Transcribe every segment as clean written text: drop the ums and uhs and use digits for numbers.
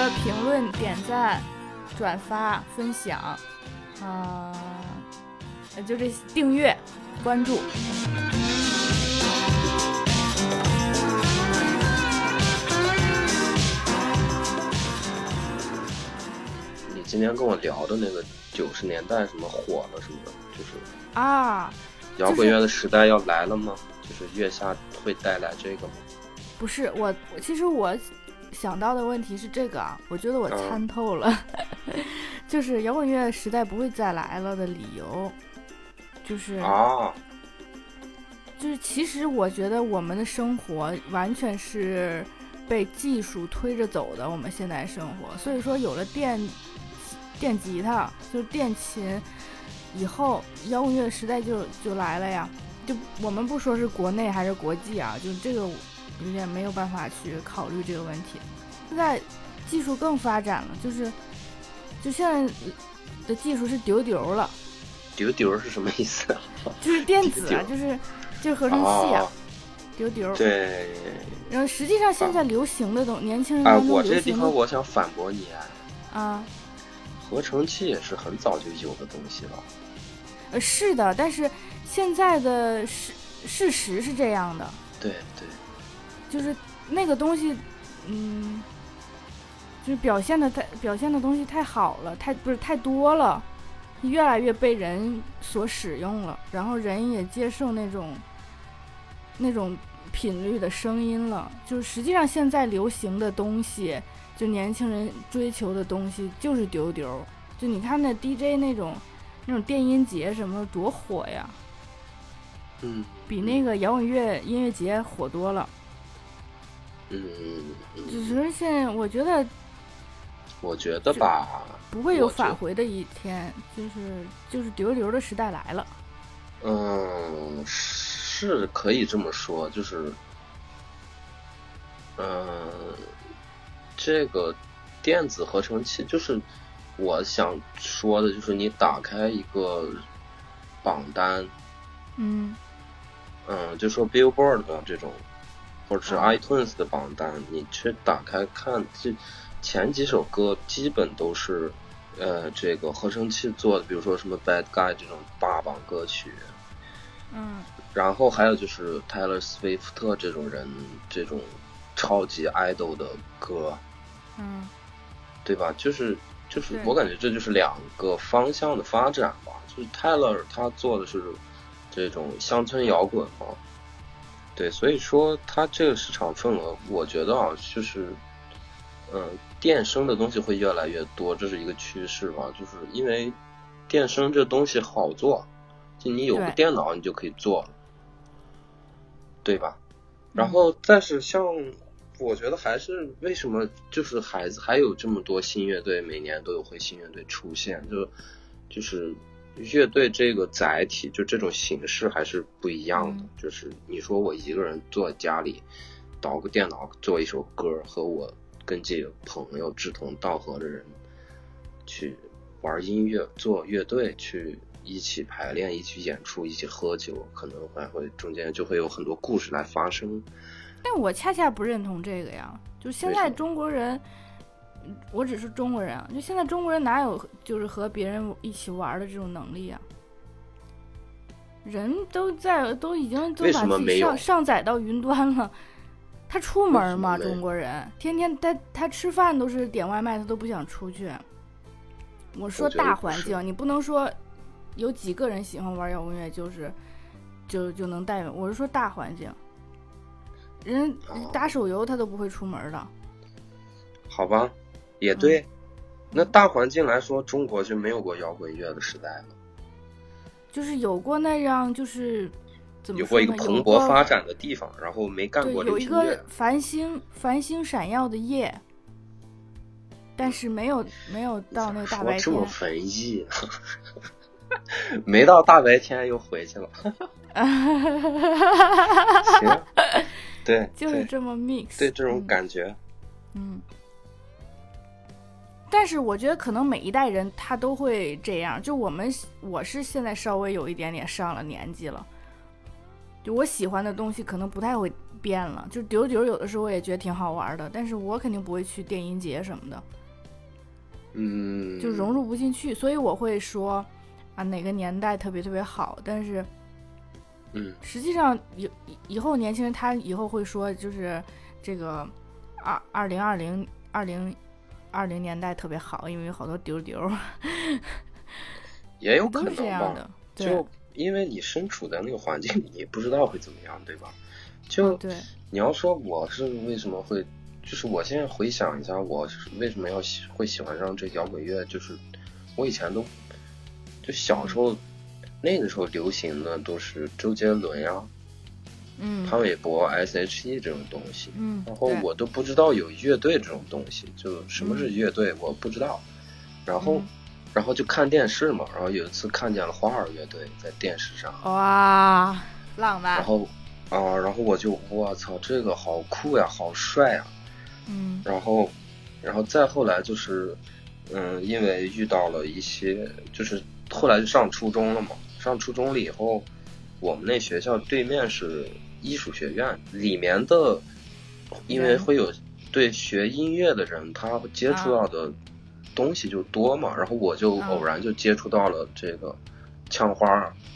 的评论、点赞、转发、分享，就这订阅、关注。 你今天跟我聊的那个90年代什么火了什么的，就是摇滚乐的时代要来了吗？就是月下会带来这个吗？ 不是，其实我想到的问题是这个啊，我觉得我参透了，就是摇滚乐时代不会再来了的理由，就是其实我觉得我们的生活完全是被技术推着走的，我们现在生活，所以说有了电吉他，就是电琴以后，摇滚乐时代就来了呀。就我们不说是国内还是国际啊，就这个有点没有办法去考虑这个问题。现在技术更发展了，就现在的技术是丢了。 丢是什么意思啊？ 就是电子啊，就是合成器啊，丢。 对。 然后实际上现在流行的年轻人当中我这地方我想反驳你啊。 合成器也是很早就有的东西了。 是的，但是现在的事实是这样的。 对， 就是那个东西，就是表现的东西太好了，太多了，越来越被人所使用了，然后人也接受那种频率的声音了。就实际上现在流行的东西，就年轻人追求的东西就是丢。就你看那 DJ 那种电音节什么多火呀，比那个摇滚乐音乐节火多了。只是现在我觉得吧， 不会有返回的一天，就是丢的时代来了。 是可以这么说，就是这个电子合成器，就是我想说的，就是你打开一个榜单，就说 Billboard 的这种，或者是 iTunes 的榜单，你去打开看，这前几首歌基本都是这个合成器做的，比如说什么 Bad Guy 这种霸榜歌曲，然后还有就是 Taylor Swift 这种人，这种超级 idol 的歌，对吧？就是我感觉这就是两个方向的发展吧。就是 Taylor 他做的是这种乡村摇滚嘛，对，所以说他这个市场份额，我觉得就是电声的东西会越来越多，这是一个趋势吧。就是因为电声这东西好做，就你有个电脑你就可以做了，对吧？然后但是像我觉得还是为什么就是还有这么多新乐队，每年都有会新乐队出现，就是乐队这个载体，就这种形式还是不一样的。就是你说我一个人坐在家里导个电脑做一首歌，和我跟这个朋友志同道合的人去玩音乐做乐队，去一起排练，一起演出，一起喝酒，可能还会中间就会有很多故事来发生。 但我恰恰不认同这个呀，就现在中国人，我只是中国人啊，就现在中国人哪有就是和别人一起玩的这种能力啊？人都已经都把自己上载到云端了，他出门嘛？中国人天天他吃饭都是点外卖，他都不想出去。我说大环境，你不能说有几个人喜欢玩摇滚乐就能代表。我是说大环境，人打手游他都不会出门的。 好吧，也对。那大环境来说，中国就没有过摇滚乐的时代了。就是有过那样，就是怎么说呢， 有过一个蓬勃发展的地方，然后没干过流行乐。 有一个繁星闪耀的夜，但是没有到那个大白天。 说这么文艺，没到大白天又回去了。行，对， 就是这么 mix， 对这种感觉。 但是我觉得可能每一代人他都会这样，就我是现在稍微有一点点上了年纪了， 就我喜欢的东西可能不太会变了，就丢丢有的时候我也觉得挺好玩的，但是我肯定不会去电音节什么的，就融入不进去，所以我会说啊哪个年代特别特别好，但是实际上以后年轻人他以后会说就是这个2020年代特别好，因为有好多丢丢， 也有可能吧， 都是这样的， 就因为你身处在那个环境里，你不知道会怎么样，对吧？就对， 你要说我是为什么会，就是我现在回想一下，我为什么会喜欢上这摇滚乐，就是我以前就小时候那个时候流行的都是周杰伦呀，潘玮柏、S.H.E 这种东西，然后我都不知道有乐队这种东西，就什么是乐队我不知道，然后就看电视嘛，然后有一次看见了花儿乐队在电视上， 哇，浪漫， 然后我就我操，这个好酷呀，好帅呀，然后再后来就是，因为遇到了一些，就是后来就上初中了嘛，上初中了以后，我们那学校对面是艺术学院，里面的，因为会有对学音乐的人，他接触到的东西就多嘛，然后我就偶然就接触到了这个枪花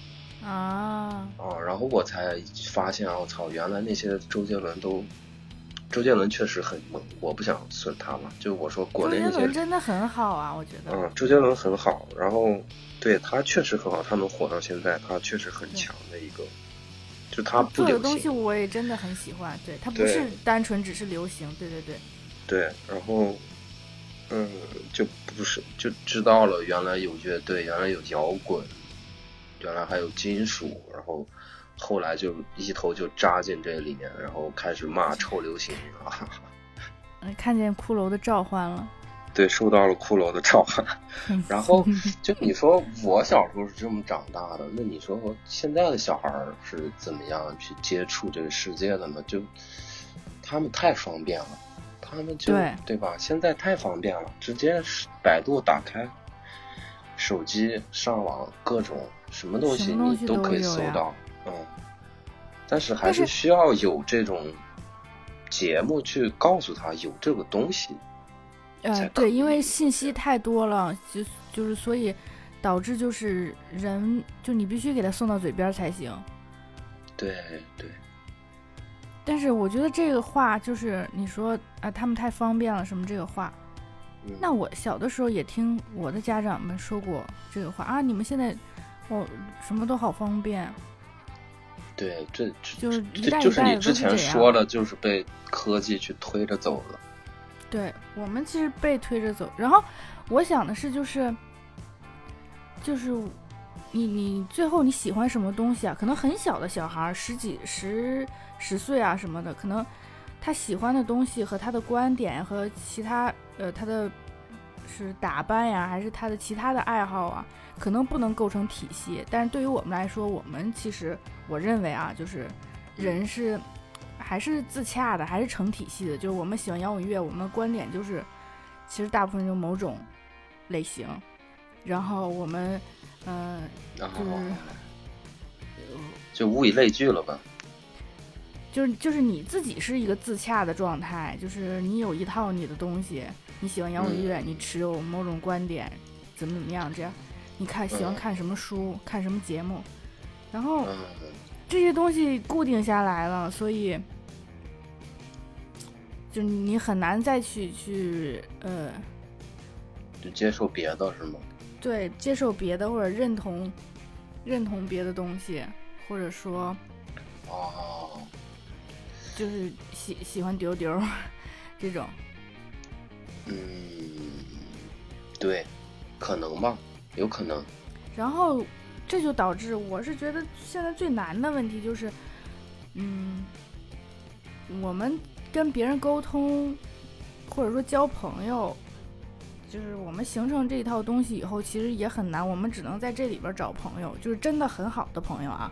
然后我才发现我操，原来那些周杰伦确实很猛，我不想损他嘛，就我说国内那些周杰伦真的很好啊，我觉得周杰伦很好，然后对他确实很好，他能火到现在，他确实很强的一个，就他不流行做的东西我也真的很喜欢，对，他不是单纯只是流行，对， 然后就不是就知道了原来有乐队，原来有摇滚，原来还有金属，然后后来就一头就扎进这里面，然后开始骂臭流行啊！ 看见骷髅的召唤了， 对，收到了骷髅的召唤。然后就你说我小时候是这么长大的，那你说现在的小孩是怎么样去接触这个世界的呢？就他们太方便了，他们就对吧？现在太方便了，直接百度打开，手机上网，各种什么东西你都可以搜到，但是还是需要有这种节目去告诉他有这个东西。 对，因为信息太多了，就是所以导致就是人就你必须给他送到嘴边才行。 对。 但是我觉得这个话就是你说他们太方便了什么这个话，那我小的时候也听我的家长们说过这个话你们现在什么都好方便。 对，这就是就是你之前说的，就是被科技去推着走了。 对，我们其实被推着走，然后我想的是就是你最后你喜欢什么东西可能很小的小孩十岁什么的，可能他喜欢的东西和他的观点和其他他的是打扮还是他的其他的爱好可能不能构成体系，但是对于我们来说，我们其实我认为就是人是还是自洽的，还是成体系的。就是我们喜欢摇滚乐，我们的观点就是其实大部分就某种类型，然后我们就物以类聚了吧。 就是你自己是一个自洽的状态，就是你有一套你的东西，你喜欢摇滚乐，你持有某种观点，怎么样，这样你喜欢看什么书，看什么节目，然后这些东西固定下来了，所以就你很难再去就接受别的是吗？ 对，接受别的或者认同别的东西，或者说就是喜欢丢丢这种。 对，可能吧，有可能。 然后这就导致我是觉得现在最难的问题就是我们跟别人沟通或者说交朋友，就是我们形成这一套东西以后其实也很难，我们只能在这里边找朋友，就是真的很好的朋友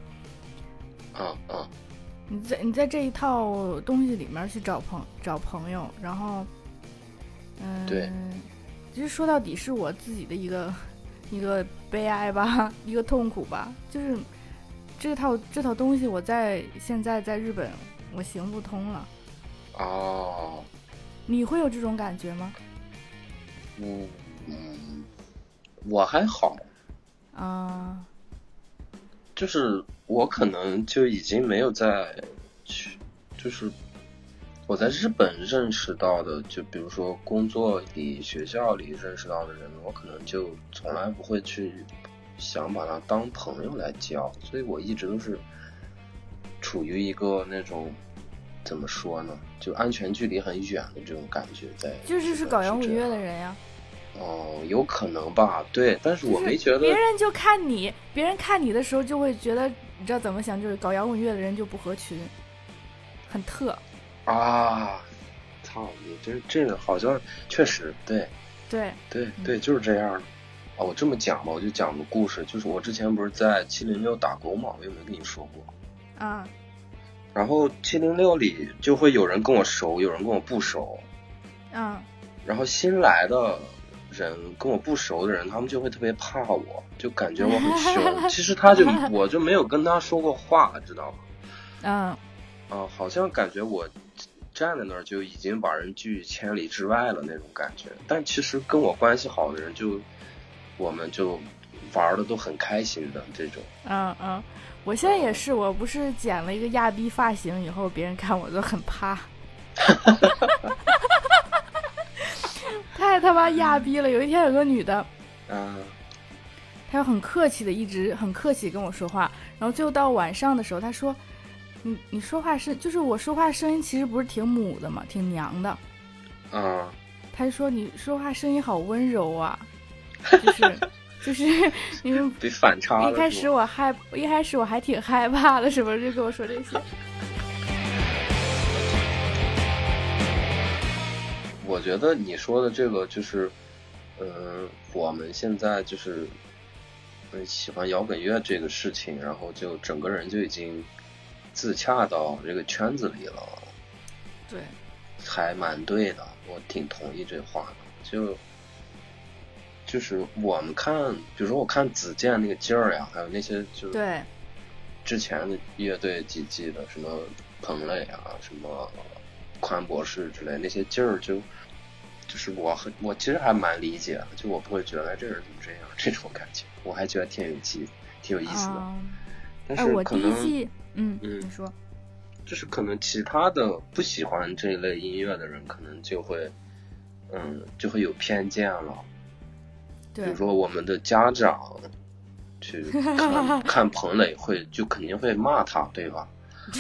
你在这一套东西里面去找朋友，然后对， 其实说到底是我自己的一个悲哀吧，一个痛苦吧，就是这套东西我现在在日本我行不通了。 哦， 你会有这种感觉吗？ 我还好。就是我可能就已经没有就是我在日本认识到的，就比如说工作里、学校里认识到的人，我可能就从来不会去想把他当朋友来交，所以我一直都是处于一个那种怎么说呢，就安全距离很远的这种感觉在。 就是搞摇滚乐的人呀。 有可能吧，对，但是我没觉得。 别人看你的时候就会觉得，你知道怎么想，就是搞摇滚乐的人就不合群，很特。 啊，操你这个好像确实对，就是这样的。我这么讲吧，我就讲个故事，就是我之前不是在706打工嘛，我有没有跟你说过？ 啊。 然后706里就会有人跟我熟，有人跟我不熟。然后新来的人跟我不熟的人，他们就会特别怕我，就感觉我很凶。其实我就没有跟他说过话，知道吗？好像感觉我站在那儿就已经把人拒千里之外了那种感觉。但其实跟我关系好的人我们就玩的都很开心的这种。 我现在也是，我不是剪了一个亚逼发型以后，别人看我都很怕。太他妈亚逼了！有一天有个女的，她很客气的，一直很客气跟我说话，然后最后到晚上的时候，她说：“你说话就是我说话声音其实不是挺母的嘛，挺娘的。”她就说：“你说话声音好温柔啊。”就是因为被反差了。 一开始我还挺害怕的，是不是就跟我说这些？ 我觉得你说的这个就是，我们现在就是喜欢摇滚乐这个事情，然后就整个人就已经自洽到这个圈子里了。 对， 还蛮对的，我挺同意这话的。就是我们看，比如说我看子健那个劲儿呀，还有那些就是对之前的乐队几季的什么彭磊啊，什么宽博士之类那些劲儿，就是我其实还蛮理解的，就我不会觉得这人怎么这样这种感觉，我还觉得挺有意思的。但是可能我第一季你说， 就是可能其他的不喜欢这类音乐的人，可能就会有偏见了。比如说我们的家长去看彭磊就肯定会骂他，对吧？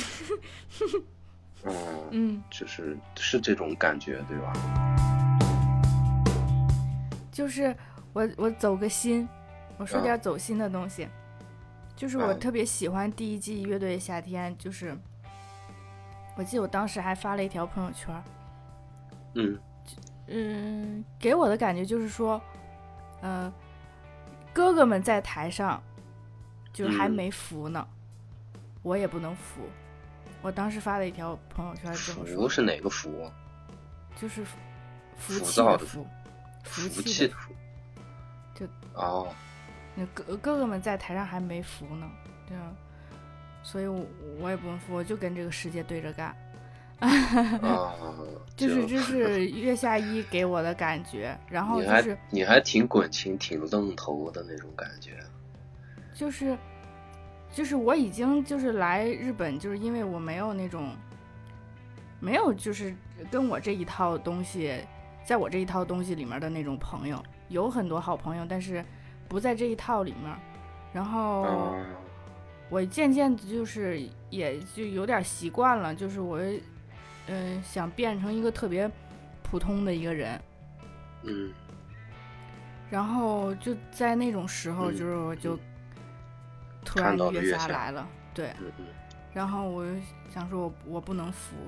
就是这种感觉，对吧？ 就是我走个心，我说点走心的东西。就是我特别喜欢第一季乐队夏天，就是我记得我当时还发了一条朋友圈。给我的感觉就是说，哥哥们在台上就是还没服呢，我也不能服。我当时发了一条朋友圈这么说。 服是哪个服？ 就是浮躁的服， 服气的服。 就那哥哥们在台上还没服呢，对啊，所以我也不能服，我就跟这个世界对着干。这是月下一给我的感觉。然后就是你还挺滚情挺愣头的那种感觉。 就是我已经就是来日本，就是因为我没有就是跟我这一套东西，在我这一套东西里面的那种朋友，有很多好朋友，但是不在这一套里面。然后我渐渐就是也就有点习惯了，就是我想变成一个特别普通的一个人。然后就在那种时候，就是我就突然月下来了，对。然后我就想说我不能服，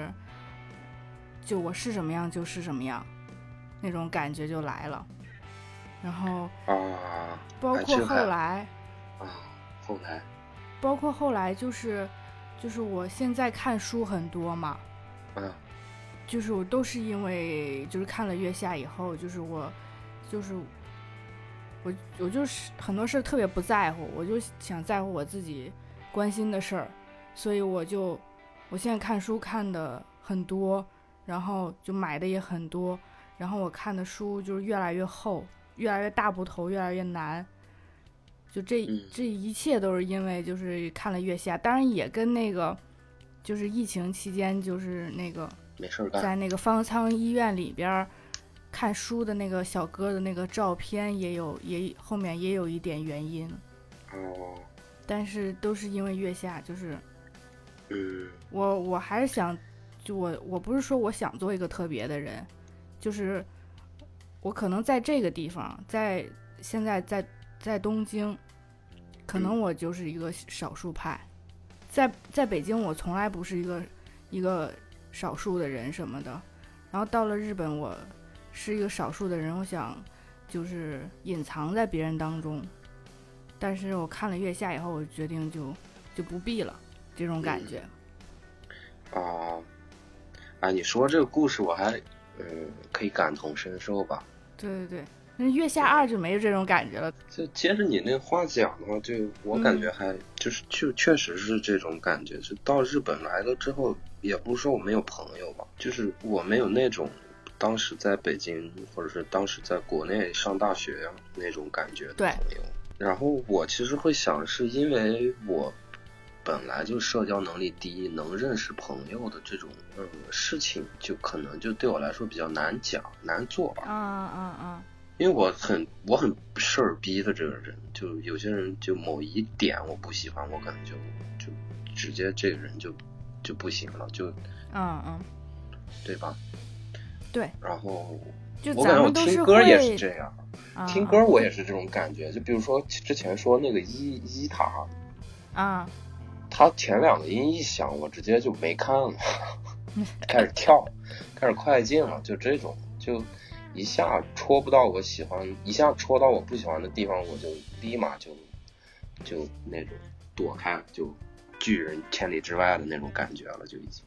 就我是什么样就是什么样，那种感觉就来了。然后包括后来就是我现在看书很多嘛，就是我都是因为就是看了月下以后，就是我就是很多事特别不在乎，我就想在乎我自己关心的事儿，所以我现在看书看的很多，然后就买的也很多，然后我看的书就是越来越厚，越来越大部头，越来越难。就这一切都是因为就是看了月下，当然也跟那个就是疫情期间就是那个没事干， 在那个方舱医院里边看书的那个小哥的那个照片后面也有一点原因。 哦， 但是都是因为月下，就是我还是想，就我不是说我想做一个特别的人，就是我可能在这个地方，现在在东京，可能我就是一个少数派，在北京我从来不是一个少数的人什么的，然后到了日本我是一个少数的人，我想就是隐藏在别人当中，但是我看了月下以后，我决定就不必了，这种感觉。 你说这个故事我还可以感同身受吧。 对对对，那月下2就没有这种感觉了。 就接着你那话讲的话，就我感觉还就确实是这种感觉。就到日本来了之后，也不是说我没有朋友吧，就是我没有那种当时在北京或者是当时在国内上大学那种感觉的朋友。然后我其实会想，是因为我本来就社交能力低，能认识朋友的这种事情，就可能就对我来说比较难讲难做吧。因为我很事儿逼的这个人，就有些人就某一点我不喜欢，我可能就直接这个人就不行了，就对吧？ 对。 然后就我感觉我听歌也是这样。听歌我也是这种感觉，就比如说之前说那个伊塔他前2个音一响，我直接就没看了，开始跳，开始快进了，就这种，就一下戳不到我喜欢，一下戳到我不喜欢的地方，我就立马就那种躲开，就拒人千里之外的那种感觉了，就已经。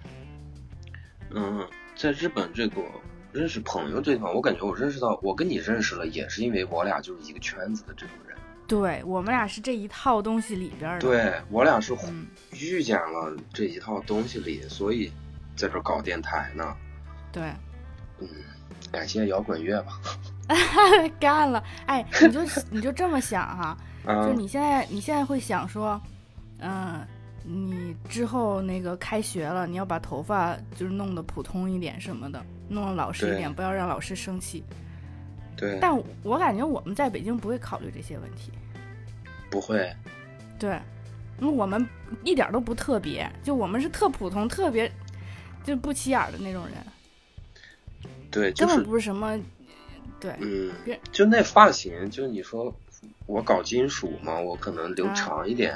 在日本这个认识朋友这地方，我感觉我跟你认识了，也是因为我俩就是一个圈子的这种人。对， 我们俩是这一套东西里边的。 对，我俩是遇见了这一套东西里，所以在这搞电台呢。 对。 感谢摇滚乐吧。 干了。哎，你就这么想哈，就你现在会想说，你之后那个开学了，你要把头发就是弄得普通一点什么的，弄得老实一点，不要让老师生气。 对。 但我感觉我们在北京不会考虑这些问题。 不会。 对，因为我们一点都不特别，就我们是特普通、特别就不起眼的那种人。 对，就是根本不是什么。对。 就那发型，就你说我搞金属嘛，我可能留长一点。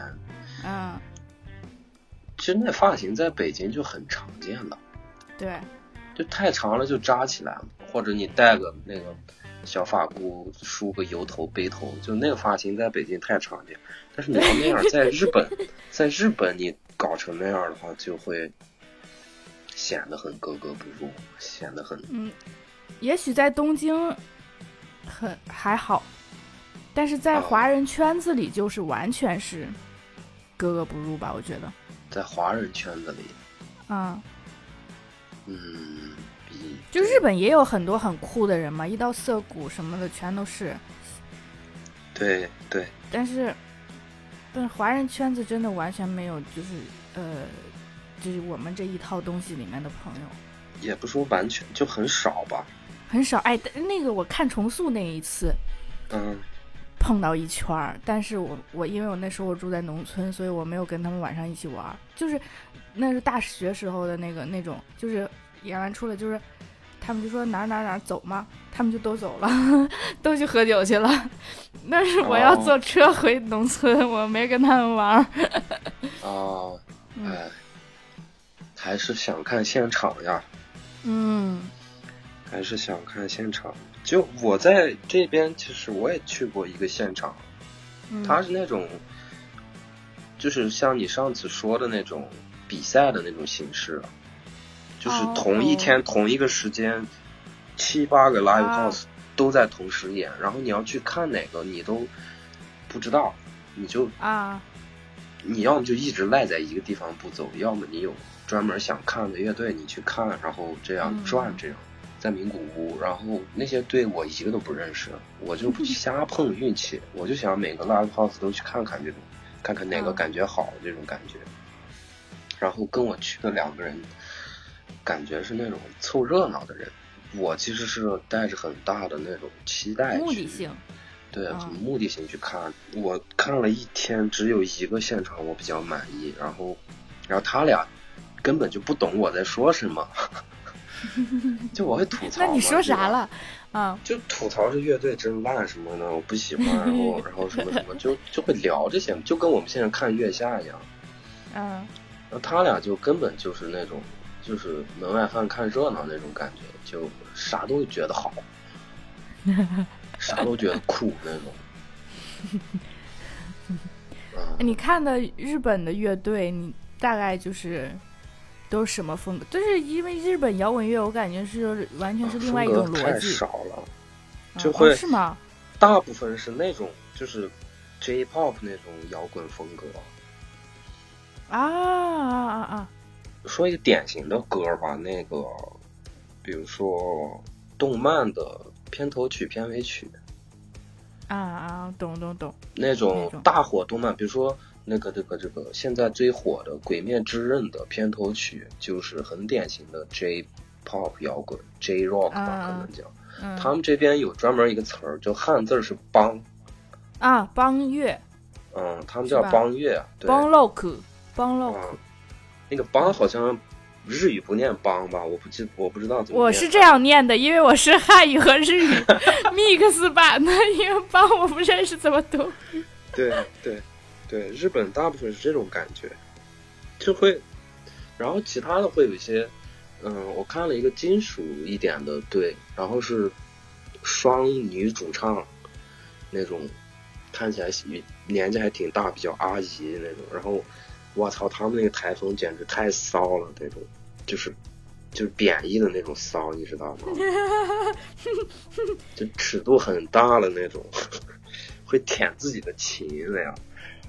其实那发型在北京就很常见的。 对。 就太长了就扎起来，或者你戴个那个小发箍，梳个油头背头，就那个发型在北京太常见。但是你要那样在日本你搞成那样的话，就会显得很格格不入，显得很也许在东京还好，但是在华人圈子里就是完全是格格不入吧，我觉得。 在华人圈子里。 就日本也有很多很酷的人嘛，一到涩谷什么的全都是。 对对。 但是华人圈子真的完全没有，就是我们这一套东西里面的朋友。 也不说完全，就很少吧。 很少。哎，那个我看重塑那一次，碰到一圈，但是我因为我那时候我住在农村，所以我没有跟他们晚上一起玩，就是那是大学时候的那种，就是演完出来就是他们就说哪走嘛，他们就都走了，都去喝酒去了。但是我要坐车回农村，我没跟他们玩。 还是想看现场呀。还是想看现场。就我在这边，其实我也去过一个现场，它是那种，就是像你上次说的那种比赛的那种形式，就是同一天同一个时间，7、8个 live house 都在同时演，然后你要去看哪个你都不知道，你就你要么就一直赖在一个地方不走，要么你有专门想看的乐队你去看，然后这样转这样。在名古屋，然后那些队我一个都不认识，我就瞎碰运气，我就想每个 live house 都去看看这种，看看哪个感觉好这种感觉。然后跟我去的2个人，感觉是那种凑热闹的人，我其实是带着很大的那种期待去， 目的性， 对，目的性去看。我看了1天，只有1个现场我比较满意，然后他俩根本就不懂我在说什么。就我会吐槽， 那你说啥了？ 就吐槽这乐队真烂什么的，我不喜欢，然后什么什么，就会聊这些，就跟我们现在看月下一样。然后他俩就根本就是那种，就是门外汉看热闹那种感觉，就啥都觉得好，啥都觉得酷那种。 你看的日本的乐队，你大概就是都是什么风格？就是因为日本摇滚乐，我感觉是完全是另外一种逻辑。 太少了，就会、 是吗？ 大部分是那种就是 J-pop 那种摇滚风格。说一个典型的歌吧，那个比如说动漫的片头曲、片尾曲。 懂。 那种大火动漫，比如说这个现在最火的《鬼灭之刃》的片头曲，就是很典型的 J-pop 摇滚 J-rock 吧，可能叫。他们这边有专门一个词儿，就汉字是邦。 邦乐。 他们叫邦乐。 邦 rock。 那个邦好像日语不念邦吧？我不知道怎么念。 我是这样念的，因为我是汉语和日语 mix 版的，因为邦我不认识怎么读。 对，日本大部分是这种感觉，就会，然后其他的会有一些，我看了一个金属一点的队，然后是双女主唱，那种看起来年纪还挺大，比较阿姨那种，然后我操，他们那个台风简直太骚了，那种就是贬义的那种骚，你知道吗？就尺度很大了那种，会舔自己的琴那样。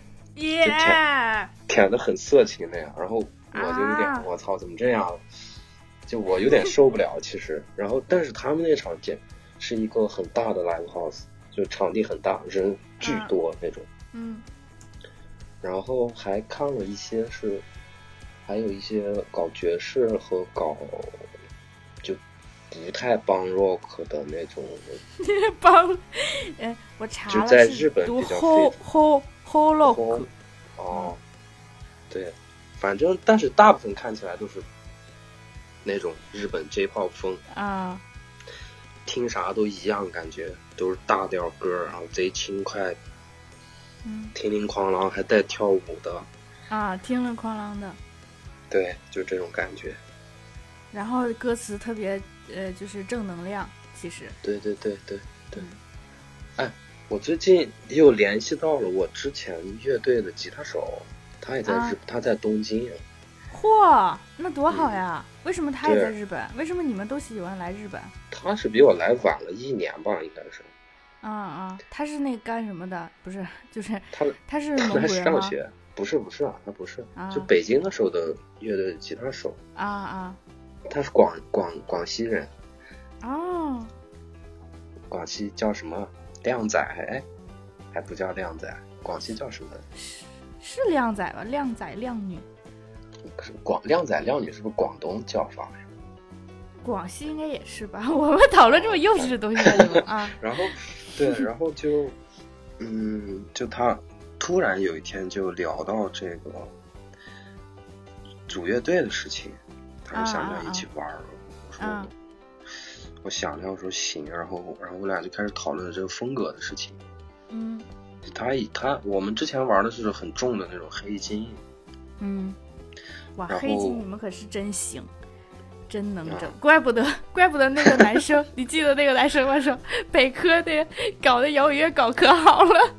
舔得很色情那样，然后我就有点我操怎么这样了，就我有点受不了其实。然后但是他们那场是一个很大的 live house， 就场地很大，人巨多那种。然后还看了一些还有一些搞爵士和搞就不太帮 rock 的那种帮我查了， 就在日本比较 rock。 对，反正但是大部分看起来都是那种日本 J-pop 风听啥都一样，感觉都是大调歌，然后贼轻快，叮铃哐啷还带跳舞的叮铃哐啷的， 对，就这种感觉。 然后歌词特别就是正能量，其实对。我最近又联系到了我之前乐队的吉他手，他也在他在东京。 嚯，那多好呀！为什么他也在日本？为什么你们都喜欢来日本？ 他是比我来晚了1年吧，应该是。 他是那干什么的？不是，就是他是蒙古人吗？ 上学？不是他不是，就北京的时候的乐队吉他手。他是广西人。广西叫什么？靓仔？还不叫靓仔，广西叫什么？ 是靓仔吧？靓仔靓女。 靓仔靓女是不是广东叫法呀？ 广西应该也是吧？我们讨论这么幼稚的东西干什么然后对，然后就就他突然有一天就聊到这个组乐队的事情，他说想不想一起玩我说我想了，我说行，然后我俩就开始讨论这个风格的事情。我们之前玩的是很重的那种黑金。 哇，黑金你们可是真行，真能整，怪不得那个男生，你记得那个男生吗？说北科的搞的摇滚乐搞可好了。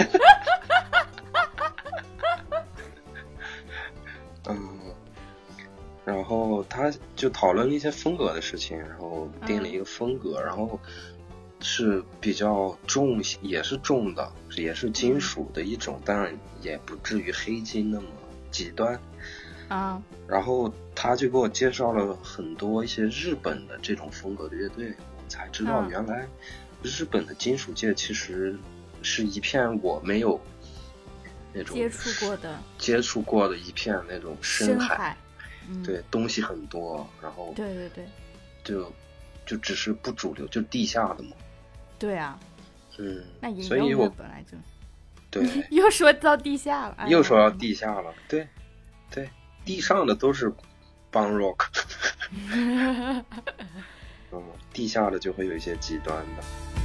然后他就讨论了一些风格的事情，然后定了一个风格，然后是比较重，也是重的，也是金属的一种，当然也不至于黑金那么极端啊。 然后他就给我介绍了很多一些日本的这种风格的乐队，我才知道原来日本的金属界其实是一片我没有那种接触过的一片那种深海。对，东西很多，然后对， 就只是不主流，就地下的嘛。 对啊，那也所以我本来就对又说到地下了， 又说到地下了，对，地上的都是punk rock， 地下的就会有一些极端的。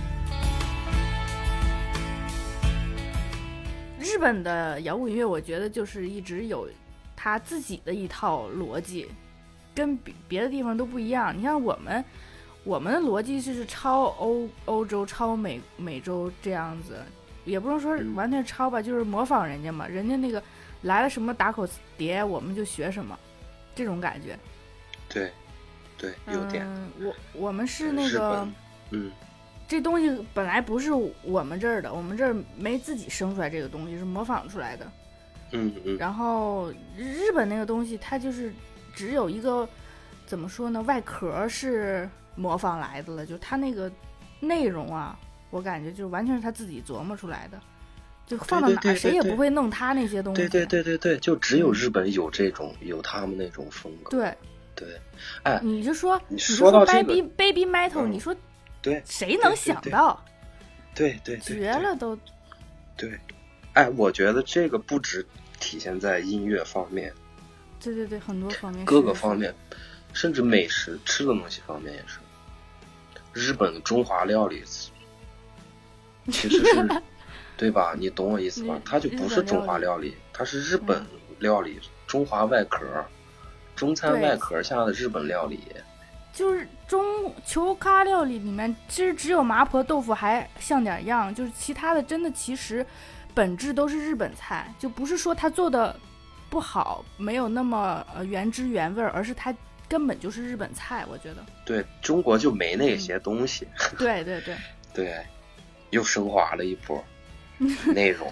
日本的摇滚乐，我觉得就是一直有他自己的一套逻辑，跟别的地方都不一样。你看我们的逻辑是抄欧洲、抄美洲这样子，也不能说完全抄吧，就是模仿人家嘛。人家那个来了什么打口碟，我们就学什么，这种感觉。 对，有点。 我们是那个，这东西本来不是我们这儿的，我们这儿没自己生出来这个东西，是模仿出来的。然后日本那个东西，它就是只有一个怎么说呢，外壳是模仿来的了，就它那个内容啊，我感觉就完全是他自己琢磨出来的，就放到哪儿谁也不会弄他那些东西。 对，就只有日本有这种，有他们那种风格。对，哎， 你说到这个 baby metal，你说对， 谁能想到？ 对， 绝了都。 对，哎，我觉得这个不只体现在音乐方面， 对，很多方面， 各个方面，甚至美食吃的东西方面也是。日本的中华料理其实是对吧？你懂我意思吧？它就不是中华料理，它是日本料理，中华外壳，中餐外壳下的日本料理。 就是球咖料理里面，其实只有麻婆豆腐还像点样，就是其他的真的其实本质都是日本菜，就不是说它做的不好，没有那么原汁原味，而是它根本就是日本菜，我觉得。 对，中国就没那些东西。 对， 又升华了一波内容。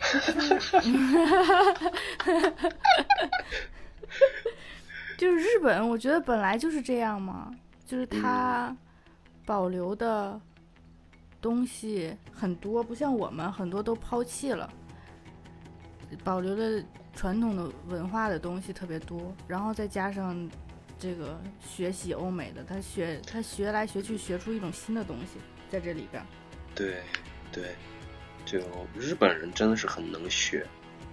就是日本，我觉得本来就是这样嘛，就是它保留的东西很多，不像我们很多都抛弃了，保留的传统的文化的东西特别多，然后再加上这个学习欧美的，他学来学去，学出一种新的东西在这里边。 对，就日本人真的是很能学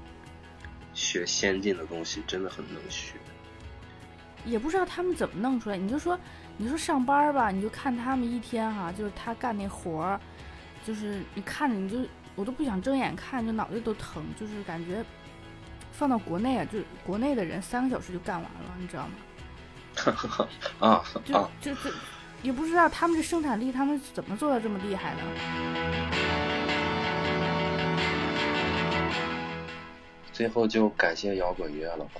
先进的东西，真的很能学。 也不知道他们怎么弄出来。你说上班吧，你就看他们一天哈，就是他干那活儿，就是你看着我都不想睁眼看，就脑袋都疼，就是感觉放到国内啊，就是国内的人3个小时就干完了，你知道吗？就也不知道他们这生产力，他们怎么做到这么厉害的。 最后就感谢摇滚乐了吧。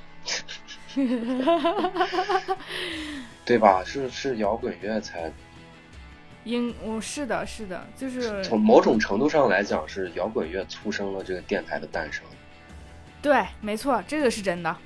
对吧？是摇滚乐才是的，就是从某种程度上来讲，是摇滚乐促生了这个电台的诞生。 对，没错，这个是真的。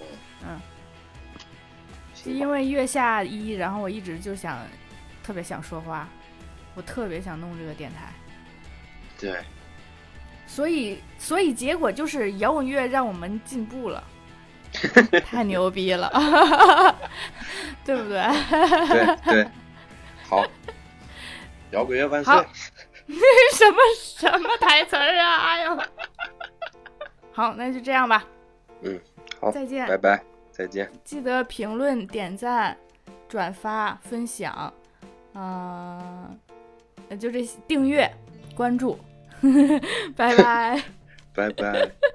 因为月下1，然后我一直就特别想说话，我特别想弄这个电台。 对。 所以结果就是摇滚乐让我们进步了。太牛逼了。对不对？ 对，好，摇滚乐万岁。 什么台词啊？哎呦，好，那就这样吧。 好， 再见， 拜拜，再见。 记得评论、点赞、转发、分享，就这订阅、关注，拜拜， 拜拜。